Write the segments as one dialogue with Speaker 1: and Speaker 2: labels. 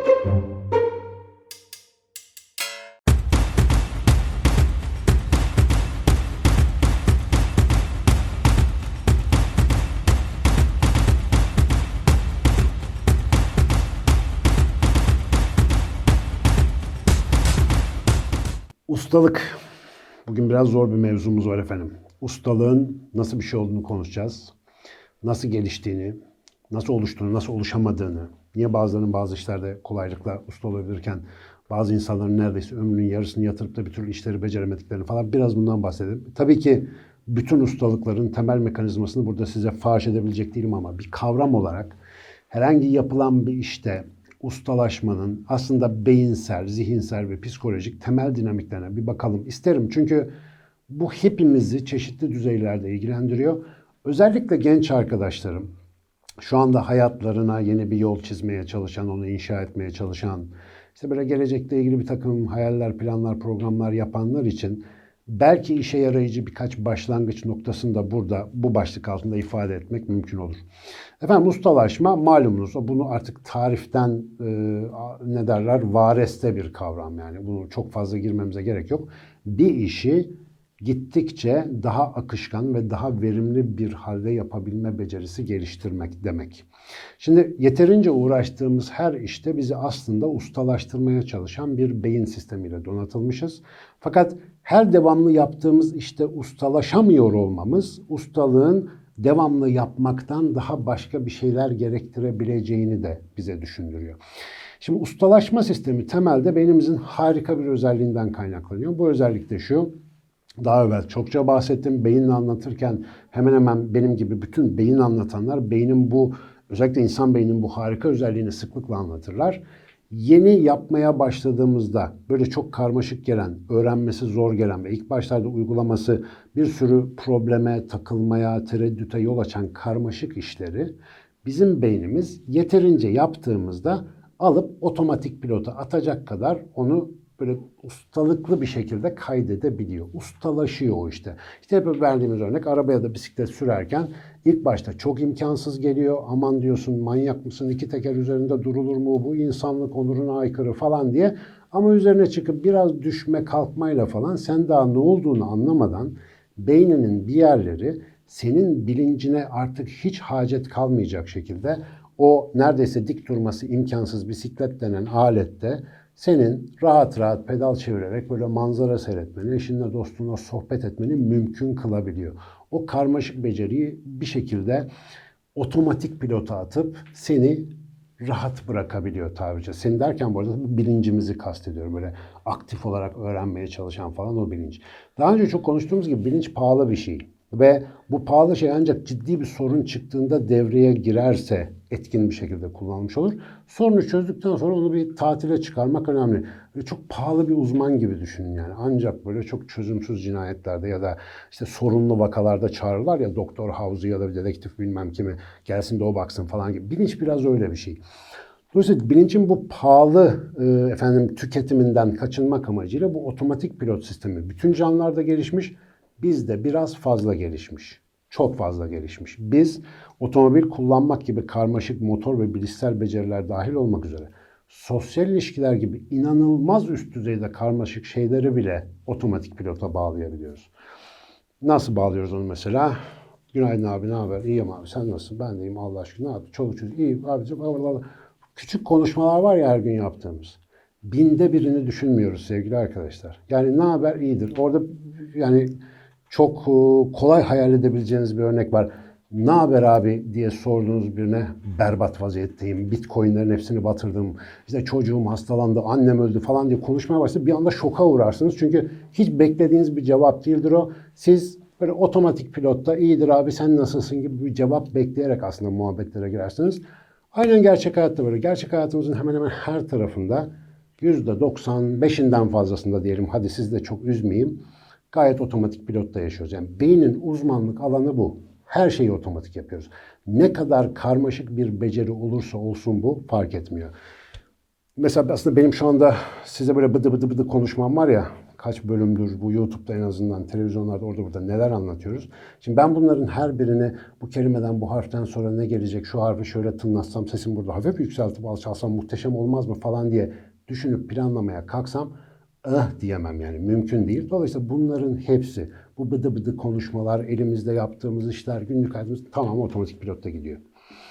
Speaker 1: Ustalık. Bugün biraz zor bir mevzumuz var efendim. Ustalığın nasıl bir şey olduğunu konuşacağız. Nasıl geliştiğini, nasıl oluştuğunu, nasıl oluşamadığını, niye bazılarının bazı işlerde kolaylıkla usta olabilirken bazı insanların neredeyse ömrünün yarısını yatırıp da bir türlü işleri beceremediklerini falan biraz bundan bahsedelim. Tabii ki bütün ustalıkların temel mekanizmasını burada size faş edebilecek değilim ama bir kavram olarak herhangi yapılan bir işte ustalaşmanın aslında beyinsel, zihinsel ve psikolojik temel dinamiklerine bir bakalım isterim. Çünkü bu hepimizi çeşitli düzeylerde ilgilendiriyor. Özellikle genç arkadaşlarım, şu anda hayatlarına yeni bir yol çizmeye çalışan, onu inşa etmeye çalışan, işte böyle gelecekle ilgili bir takım hayaller, planlar, programlar yapanlar için belki işe yarayıcı birkaç başlangıç noktasını da burada bu başlık altında ifade etmek mümkün olur. Efendim ustalaşma malumunuz bunu artık tariften ne derler vareste bir kavram yani bunu çok fazla girmemize gerek yok. Bir işi gittikçe daha akışkan ve daha verimli bir halde yapabilme becerisi geliştirmek demek. Şimdi yeterince uğraştığımız her işte bizi aslında ustalaştırmaya çalışan bir beyin sistemiyle donatılmışız. Fakat her devamlı yaptığımız işte ustalaşamıyor olmamız, ustalığın devamlı yapmaktan daha başka bir şeyler gerektirebileceğini de bize düşündürüyor. Şimdi ustalaşma sistemi temelde beynimizin harika bir özelliğinden kaynaklanıyor. Bu özellik de şu. Daha evvel çokça bahsettim. Beyinle anlatırken hemen hemen benim gibi bütün beyin anlatanlar beynin bu, özellikle insan beyninin bu harika özelliğini sıklıkla anlatırlar. Yeni yapmaya başladığımızda böyle çok karmaşık gelen, öğrenmesi zor gelen ve ilk başlarda uygulaması bir sürü probleme, takılmaya, tereddüte yol açan karmaşık işleri bizim beynimiz yeterince yaptığımızda alıp otomatik pilota atacak kadar onu böyle ustalıklı bir şekilde kaydedebiliyor. Ustalaşıyor o işte. İşte hep verdiğimiz örnek araba ya da bisiklet sürerken ilk başta çok imkansız geliyor. Aman diyorsun manyak mısın? İki teker üzerinde durulur mu? Bu insanlık onuruna aykırı falan diye. Ama üzerine çıkıp biraz düşme kalkmayla falan sen daha ne olduğunu anlamadan beyninin bir yerleri senin bilincine artık hiç hacet kalmayacak şekilde o neredeyse dik durması imkansız bisiklet denen alette senin rahat rahat pedal çevirerek böyle manzara seyretmeni, eşinle dostunla sohbet etmeni mümkün kılabiliyor. O karmaşık beceriyi bir şekilde otomatik pilota atıp seni rahat bırakabiliyor tabirce. Seni derken bu arada bilincimizi kastediyorum. Böyle aktif olarak öğrenmeye çalışan falan o bilinç. Daha önce çok konuştuğumuz gibi bilinç pahalı bir şey. Ve bu pahalı şey ancak ciddi bir sorun çıktığında devreye girerse etkin bir şekilde kullanılmış olur. Sorunu çözdükten sonra onu bir tatile çıkarmak önemli. Böyle çok pahalı bir uzman gibi düşünün yani. Ancak böyle çok çözümsüz cinayetlerde ya da işte sorunlu vakalarda çağırırlar ya Doktor House'u ya da bir dedektif bilmem kimi gelsin de o baksın falan gibi. Bilinç biraz öyle bir şey. Dolayısıyla bilincin bu pahalı tüketiminden kaçınmak amacıyla bu otomatik pilot sistemi bütün canlılarda gelişmiş. Bizde biraz fazla gelişmiş. Çok fazla gelişmiş. Biz otomobil kullanmak gibi karmaşık motor ve bilişsel beceriler dahil olmak üzere sosyal ilişkiler gibi inanılmaz üst düzeyde karmaşık şeyleri bile otomatik pilota bağlayabiliyoruz. Nasıl bağlıyoruz onu mesela? Günaydın abi, ne haber? İyiyim abi, sen nasılsın? Ben de iyiyim, Allah aşkına. Ne yaptın? Çoluk çocuk, iyiyim abicim. Küçük konuşmalar var ya her gün yaptığımız. Binde birini düşünmüyoruz sevgili arkadaşlar. Yani ne haber? İyidir. Orada yani çok kolay hayal edebileceğiniz bir örnek var. Ne haber abi diye sorduğunuz birine berbat vaziyetteyim. Bitcoin'lerin hepsini batırdım. İşte çocuğum hastalandı, annem öldü falan diye konuşmaya başladı. Bir anda şoka uğrarsınız. Çünkü hiç beklediğiniz bir cevap değildir o. Siz böyle otomatik pilotta iyidir abi sen nasılsın gibi bir cevap bekleyerek aslında muhabbetlere girersiniz. Aynen gerçek hayatta böyle. Gerçek hayatımızın hemen hemen her tarafında %95'inden fazlasında diyelim. Hadi siz de çok üzmeyeyim. Gayet otomatik pilotta yaşıyoruz. Yani beynin uzmanlık alanı bu. Her şeyi otomatik yapıyoruz. Ne kadar karmaşık bir beceri olursa olsun bu fark etmiyor. Mesela aslında benim şu anda size böyle bıdı bıdı bıdı konuşmam var ya, kaç bölümdür bu YouTube'da en azından televizyonlarda orada burada neler anlatıyoruz. Şimdi ben bunların her birini bu kelimeden bu harften sonra ne gelecek şu harfi şöyle tınlatsam sesim burada hafif yükseltip alçalsam muhteşem olmaz mı falan diye düşünüp planlamaya kalksam diyemem yani mümkün değil. Dolayısıyla bunların hepsi bu bıdı bıdı konuşmalar, elimizde yaptığımız işler, günlük hayatımız tamam otomatik pilotta gidiyor.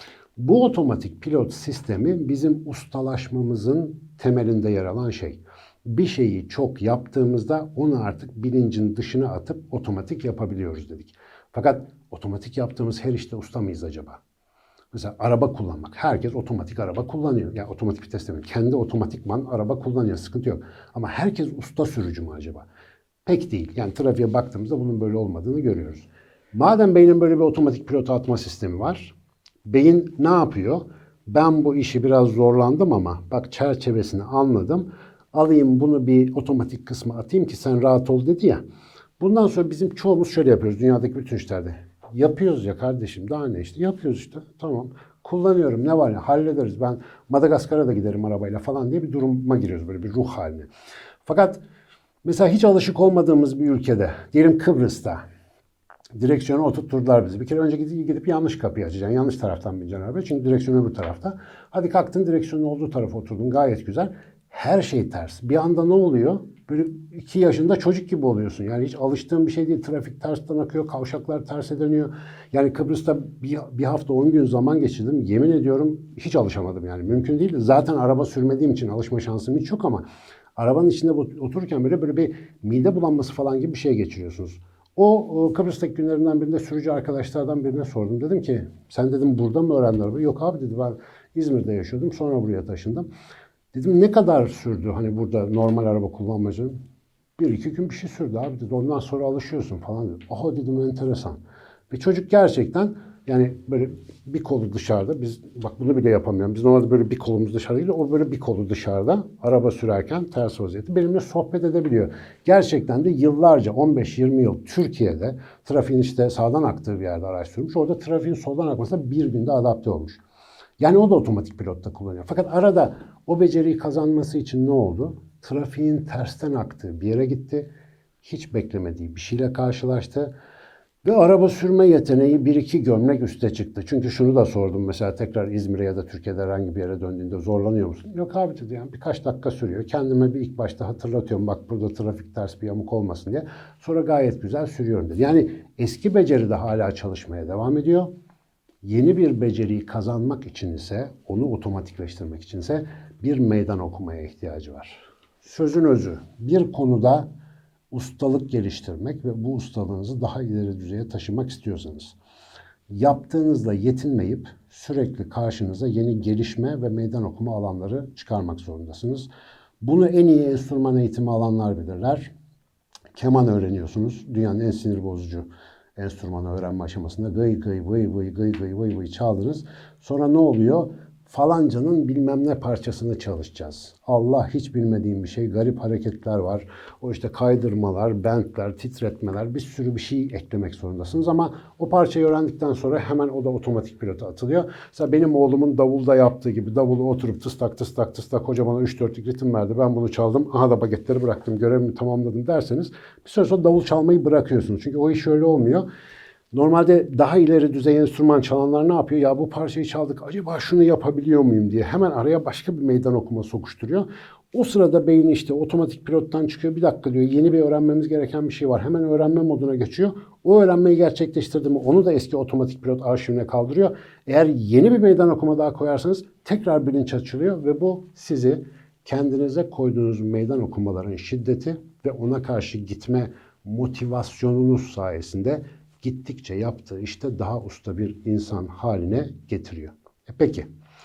Speaker 1: Bu otomatik pilot sistemi bizim ustalaşmamızın temelinde yer alan şey. Bir şeyi çok yaptığımızda onu artık bilincin dışına atıp otomatik yapabiliyoruz dedik. Fakat otomatik yaptığımız her işte usta mıyız acaba? Mesela araba kullanmak. Herkes otomatik araba kullanıyor. Yani otomatik vites demek. Kendi otomatikman araba kullanıyor. Sıkıntı yok. Ama herkes usta sürücü mü acaba? Pek değil. Yani trafiğe baktığımızda bunun böyle olmadığını görüyoruz. Madem beynin böyle bir otomatik pilota atma sistemi var. Beyin ne yapıyor? Ben bu işi biraz zorlandım ama bak çerçevesini anladım. Alayım bunu bir otomatik kısmı atayım ki sen rahat ol dedi ya. Bundan sonra bizim çoğumuz şöyle yapıyoruz dünyadaki bütün işlerde. Yapıyoruz ya kardeşim daha ne işte yapıyoruz işte tamam kullanıyorum ne var ya hallederiz ben Madagaskar'a da giderim arabayla falan diye bir duruma giriyoruz böyle bir ruh haline. Fakat mesela hiç alışık olmadığımız bir ülkede diyelim Kıbrıs'ta direksiyonu oturtturdular bizi. Bir kere önce gidip yanlış kapıyı açacaksın. Yanlış taraftan bineceksin arabaya. Çünkü direksiyon öbür tarafta. Hadi kalktın direksiyonun olduğu tarafa oturdun. Gayet güzel. Her şey ters. Bir anda ne oluyor? Böyle 2 yaşında çocuk gibi oluyorsun. Yani hiç alıştığın bir şey değil. Trafik tersten akıyor. Kavşaklar terse dönüyor. Yani Kıbrıs'ta bir hafta 10 gün zaman geçirdim. Yemin ediyorum hiç alışamadım yani. Mümkün değil. Zaten araba sürmediğim için alışma şansım hiç yok ama arabanın içinde otururken böyle bir mide bulanması falan gibi bir şey geçiriyorsunuz. O Kıbrıs'taki günlerimden birinde sürücü arkadaşlardan birine sordum. Dedim ki sen dedim burada mı öğrendin arabayı? Yok abi dedi ben İzmir'de yaşıyordum sonra buraya taşındım. Dedim ne kadar sürdü hani burada normal araba kullanmacı? 1-2 gün bir şey sürdü abi dedi. Ondan sonra alışıyorsun falan dedi. Aha dedim enteresan. Ve çocuk gerçekten yani böyle bir kolu dışarıda. Biz bak bunu bile yapamıyorum. Biz normalde böyle bir kolumuz dışarıda değil. O böyle bir kolu dışarıda. Araba sürerken ters vaziyette. Benimle sohbet edebiliyor. Gerçekten de yıllarca 15-20 yıl Türkiye'de trafiğin işte sağdan aktığı bir yerde araç sürmüş. Orada trafiğin soldan akmasına bir günde adapte olmuş. Yani o da otomatik pilotta kullanıyor. Fakat arada o beceriyi kazanması için ne oldu? Trafiğin tersten aktığı bir yere gitti. Hiç beklemediği bir şeyle karşılaştı. Ve araba sürme yeteneği 1-2 gömlek üste çıktı. Çünkü şunu da sordum mesela tekrar İzmir'e ya da Türkiye'de herhangi bir yere döndüğünde zorlanıyor musun? Yok abi dedi yani birkaç dakika sürüyor. Kendime bir ilk başta hatırlatıyorum bak burada trafik ters bir yamuk olmasın diye. Sonra gayet güzel sürüyorum dedi. Yani eski beceri de hala çalışmaya devam ediyor. Yeni bir beceriyi kazanmak için ise, onu otomatikleştirmek için ise bir meydan okumaya ihtiyacı var. Sözün özü, bir konuda ustalık geliştirmek ve bu ustalığınızı daha ileri düzeye taşımak istiyorsanız, yaptığınızla yetinmeyip sürekli karşınıza yeni gelişme ve meydan okuma alanları çıkarmak zorundasınız. Bunu en iyi enstrüman eğitimi alanlar bilirler. Keman öğreniyorsunuz. Dünyanın en sinir bozucu enstrümanı öğrenme aşamasında gıy gıy vıy vıy gıy gıy vıy vıy çaldınız. Sonra ne oluyor? Falancanın bilmem ne parçasını çalışacağız. Allah hiç bilmediğim bir şey. Garip hareketler var. O işte kaydırmalar, bentler, titretmeler bir sürü bir şey eklemek zorundasınız. Ama o parçayı öğrendikten sonra hemen o da otomatik pilota atılıyor. Mesela benim oğlumun davulda yaptığı gibi davulu oturup tıstak tıstak tıstak hoca bana 3-4'lük ritim verdi. Ben bunu çaldım. Aha da bagetleri bıraktım. Görevimi tamamladım derseniz bir süre sonra davul çalmayı bırakıyorsunuz. Çünkü o iş öyle olmuyor. Normalde daha ileri düzey enstrüman çalanlar ne yapıyor? Ya bu parçayı çaldık acaba şunu yapabiliyor muyum diye hemen araya başka bir meydan okuma sokuşturuyor. O sırada beyin işte otomatik pilottan çıkıyor. Bir dakika diyor yeni bir öğrenmemiz gereken bir şey var. Hemen öğrenme moduna geçiyor. O öğrenmeyi gerçekleştirdi mi onu da eski otomatik pilot arşivine kaldırıyor. Eğer yeni bir meydan okuma daha koyarsanız tekrar bilinç açılıyor ve bu sizi kendinize koyduğunuz meydan okumaların şiddeti ve ona karşı gitme motivasyonunuz sayesinde gittikçe yaptığı işte daha usta bir insan haline getiriyor. Peki,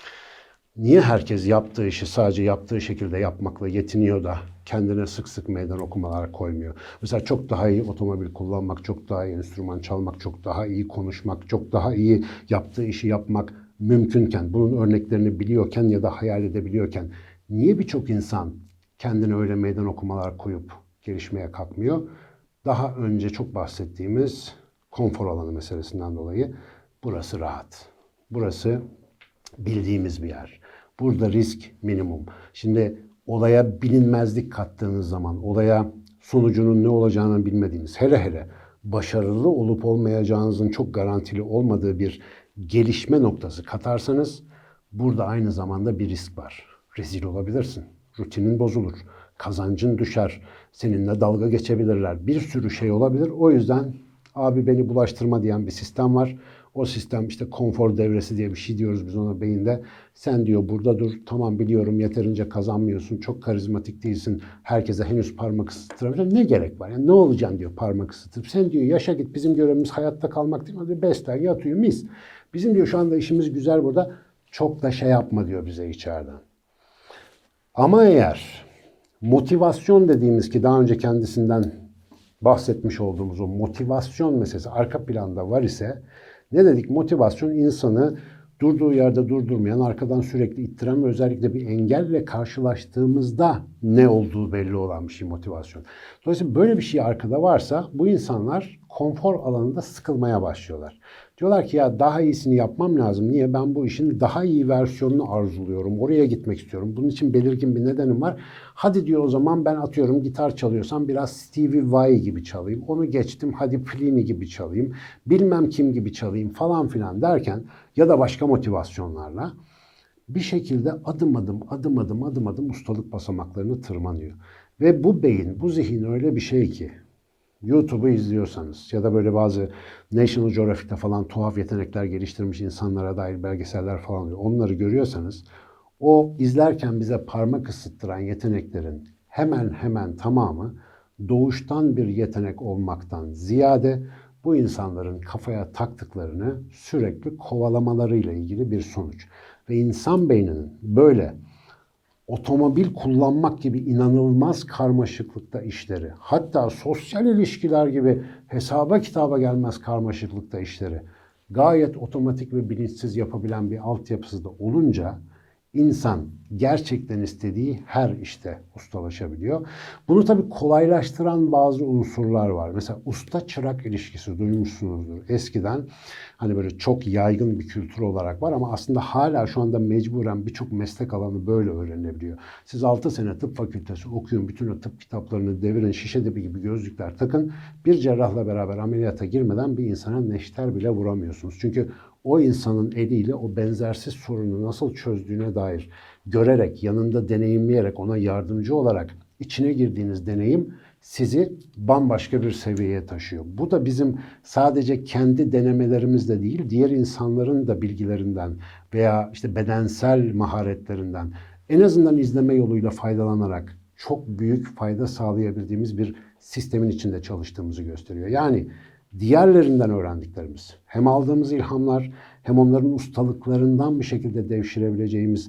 Speaker 1: niye herkes yaptığı işi sadece yaptığı şekilde yapmakla yetiniyor da kendine sık sık meydan okumalar koymuyor? Mesela çok daha iyi otomobil kullanmak, çok daha iyi enstrüman çalmak, çok daha iyi konuşmak, çok daha iyi yaptığı işi yapmak mümkünken, bunun örneklerini biliyorken ya da hayal edebiliyorken niye birçok insan kendine öyle meydan okumalar koyup gelişmeye kalkmıyor? Daha önce çok bahsettiğimiz konfor alanı meselesinden dolayı burası rahat. Burası bildiğimiz bir yer. Burada risk minimum. Şimdi olaya bilinmezlik kattığınız zaman, olaya sonucunun ne olacağını bilmediğiniz, hele hele başarılı olup olmayacağınızın çok garantili olmadığı bir gelişme noktası katarsanız burada aynı zamanda bir risk var. Rezil olabilirsin. Rutinin bozulur. Kazancın düşer. Seninle dalga geçebilirler. Bir sürü şey olabilir. O yüzden abi beni bulaştırma diyen bir sistem var. O sistem işte konfor devresi diye bir şey diyoruz biz ona beyinde. Sen diyor burada dur. Tamam biliyorum yeterince kazanmıyorsun. Çok karizmatik değilsin. Herkese henüz parmak ısıttıramıyorsun. Ne gerek var? Yani ne olacaksın diyor parmak ısıtıp. Sen diyor yaşa git. Bizim görevimiz hayatta kalmak değil mi? Hadi beslen yatıyor mis. Bizim diyor şu anda işimiz güzel burada. Çok da şey yapma diyor bize içeriden. Ama eğer motivasyon dediğimiz ki daha önce kendisinden bahsetmiş olduğumuz o motivasyon meselesi arka planda var ise ne dedik? Motivasyon insanı durduğu yerde durdurmayan, arkadan sürekli ittiren ve özellikle bir engelle karşılaştığımızda ne olduğu belli olan bir şey motivasyon. Dolayısıyla böyle bir şey arkada varsa bu insanlar konfor alanında sıkılmaya başlıyorlar. Diyorlar ki ya daha iyisini yapmam lazım. Niye? Ben bu işin daha iyi versiyonunu arzuluyorum. Oraya gitmek istiyorum. Bunun için belirgin bir nedenim var. Hadi diyor o zaman ben atıyorum gitar çalıyorsam biraz Stevie Vai gibi çalayım. Onu geçtim hadi Plini gibi çalayım. Bilmem kim gibi çalayım falan filan derken ya da başka motivasyonlarla bir şekilde adım adım ustalık basamaklarını tırmanıyor. Ve bu beyin, bu zihin öyle bir şey ki YouTube'u izliyorsanız ya da böyle bazı National Geographic'te falan tuhaf yetenekler geliştirmiş insanlara dair belgeseller falan oluyor. Onları görüyorsanız o izlerken bize parmak ısıttıran yeteneklerin hemen hemen tamamı doğuştan bir yetenek olmaktan ziyade bu insanların kafaya taktıklarını sürekli kovalamalarıyla ilgili bir sonuç. Ve insan beyninin böyle otomobil kullanmak gibi inanılmaz karmaşıklıkta işleri, hatta sosyal ilişkiler gibi hesaba kitaba gelmez karmaşıklıkta işleri gayet otomatik ve bilinçsiz yapabilen bir altyapısı da olunca insan gerçekten istediği her işte ustalaşabiliyor. Bunu tabii kolaylaştıran bazı unsurlar var. Mesela usta çırak ilişkisi duymuşsunuzdur. Eskiden hani böyle çok yaygın bir kültür olarak var ama aslında hala şu anda mecburen birçok meslek alanı böyle öğrenilebiliyor. Siz 6 sene tıp fakültesi okuyun, bütün o tıp kitaplarını devirin, şişe dibi gibi gözlükler takın. Bir cerrahla beraber ameliyata girmeden bir insana neşter bile vuramıyorsunuz. Çünkü o insanın eliyle o benzersiz sorunu nasıl çözdüğüne dair görerek, yanında deneyimleyerek, ona yardımcı olarak içine girdiğiniz deneyim sizi bambaşka bir seviyeye taşıyor. Bu da bizim sadece kendi denemelerimizde değil, diğer insanların da bilgilerinden veya işte bedensel maharetlerinden en azından izleme yoluyla faydalanarak çok büyük fayda sağlayabildiğimiz bir sistemin içinde çalıştığımızı gösteriyor. Yani diğerlerinden öğrendiklerimiz, hem aldığımız ilhamlar hem onların ustalıklarından bir şekilde devşirebileceğimiz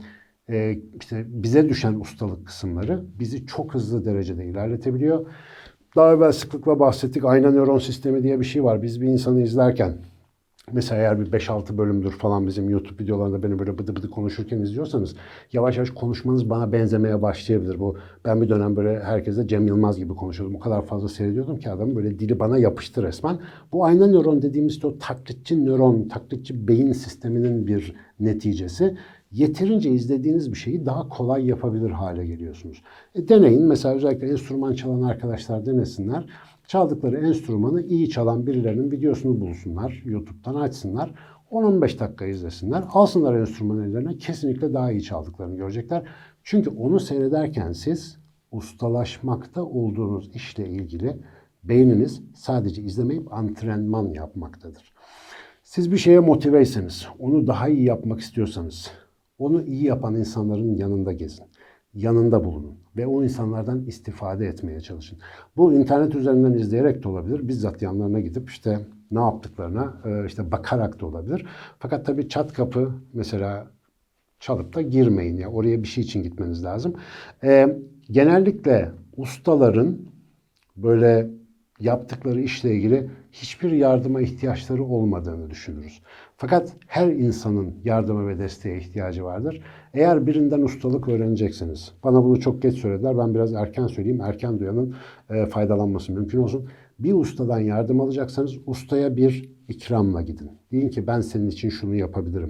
Speaker 1: işte bize düşen ustalık kısımları bizi çok hızlı derecede ilerletebiliyor. Daha evvel sıklıkla bahsettik. Ayna nöron sistemi diye bir şey var. Biz bir insanı izlerken mesela eğer bir 5-6 bölümdür falan bizim YouTube videolarında beni böyle bıdı bıdı konuşurken izliyorsanız yavaş yavaş konuşmanız bana benzemeye başlayabilir. Ben bir dönem böyle herkese Cem Yılmaz gibi konuşuyordum. O kadar fazla seyrediyordum ki adamın böyle dili bana yapıştı resmen. Bu ayna nöron dediğimiz o taklitçi nöron, taklitçi beyin sisteminin bir neticesi. Yeterince izlediğiniz bir şeyi daha kolay yapabilir hale geliyorsunuz. Deneyin. Mesela özellikle enstrüman çalan arkadaşlar denesinler. Çaldıkları enstrümanı iyi çalan birilerinin videosunu bulsunlar. YouTube'dan açsınlar. 10-15 dakika izlesinler. Alsınlar enstrümanı ellerine. Kesinlikle daha iyi çaldıklarını görecekler. Çünkü onu seyrederken siz ustalaşmakta olduğunuz işle ilgili beyniniz sadece izlemeyip antrenman yapmaktadır. Siz bir şeye motiveyseniz, onu daha iyi yapmak istiyorsanız, onu iyi yapan insanların yanında gezin. Yanında bulunun ve o insanlardan istifade etmeye çalışın. Bu internet üzerinden izleyerek de olabilir. Bizzat yanlarına gidip işte ne yaptıklarına işte bakarak da olabilir. Fakat tabii çat kapı mesela çalıp da girmeyin ya. Oraya bir şey için gitmeniz lazım. Genellikle ustaların böyle yaptıkları işle ilgili hiçbir yardıma ihtiyaçları olmadığını düşünürüz. Fakat her insanın yardıma ve desteğe ihtiyacı vardır. Eğer birinden ustalık öğreneceksiniz, bana bunu çok geç söylediler, ben biraz erken söyleyeyim, erken duyanın faydalanması mümkün olsun. Bir ustadan yardım alacaksanız ustaya bir ikramla gidin. Deyin ki ben senin için şunu yapabilirim.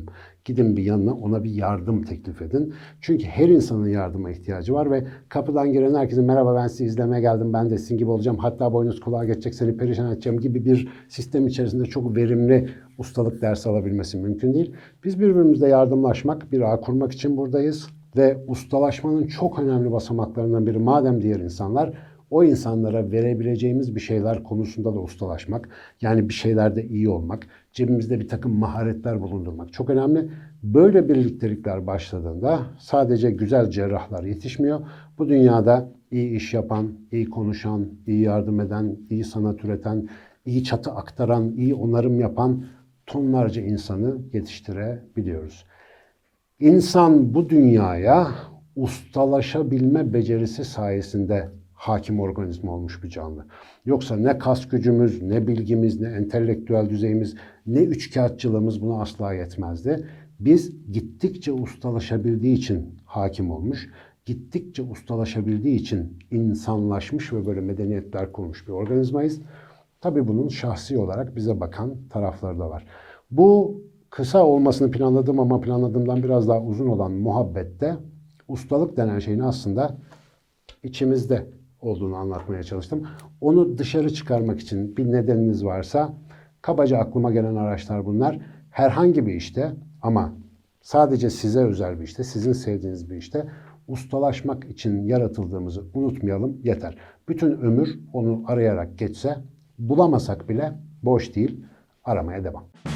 Speaker 1: Gidin bir yanına, ona bir yardım teklif edin. Çünkü her insanın yardıma ihtiyacı var ve kapıdan giren herkesin merhaba ben sizi izlemeye geldim, ben de sizin gibi olacağım, hatta boynuz kulağa geçecek, seni perişan edeceğim gibi bir sistem içerisinde çok verimli ustalık dersi alabilmesi mümkün değil. Biz birbirimizle yardımlaşmak, bir ağ kurmak için buradayız ve ustalaşmanın çok önemli basamaklarından biri, madem diğer insanlar, o insanlara verebileceğimiz bir şeyler konusunda da ustalaşmak, yani bir şeylerde iyi olmak, cebimizde bir takım maharetler bulundurmak çok önemli. Böyle birliktelikler başladığında sadece güzel cerrahlar yetişmiyor. Bu dünyada iyi iş yapan, iyi konuşan, iyi yardım eden, iyi sanat üreten, iyi çatı aktaran, iyi onarım yapan tonlarca insanı yetiştirebiliyoruz. İnsan bu dünyaya ustalaşabilme becerisi sayesinde hakim organizma olmuş bir canlı. Yoksa ne kas gücümüz, ne bilgimiz, ne entelektüel düzeyimiz, ne üçkağıtçılığımız buna asla yetmezdi. Biz gittikçe ustalaşabildiği için hakim olmuş, gittikçe ustalaşabildiği için insanlaşmış ve böyle medeniyetler kurmuş bir organizmayız. Tabii bunun şahsi olarak bize bakan tarafları da var. Bu kısa olmasını planladım ama planladığımdan biraz daha uzun olan muhabbette ustalık denen şeyin aslında içimizde olduğunu anlatmaya çalıştım. Onu dışarı çıkarmak için bir nedeniniz varsa, kabaca aklıma gelen araçlar bunlar. Herhangi bir işte ama sadece size özel bir işte, sizin sevdiğiniz bir işte ustalaşmak için yaratıldığımızı unutmayalım yeter. Bütün ömür onu arayarak geçse bulamasak bile boş değil, aramaya devam.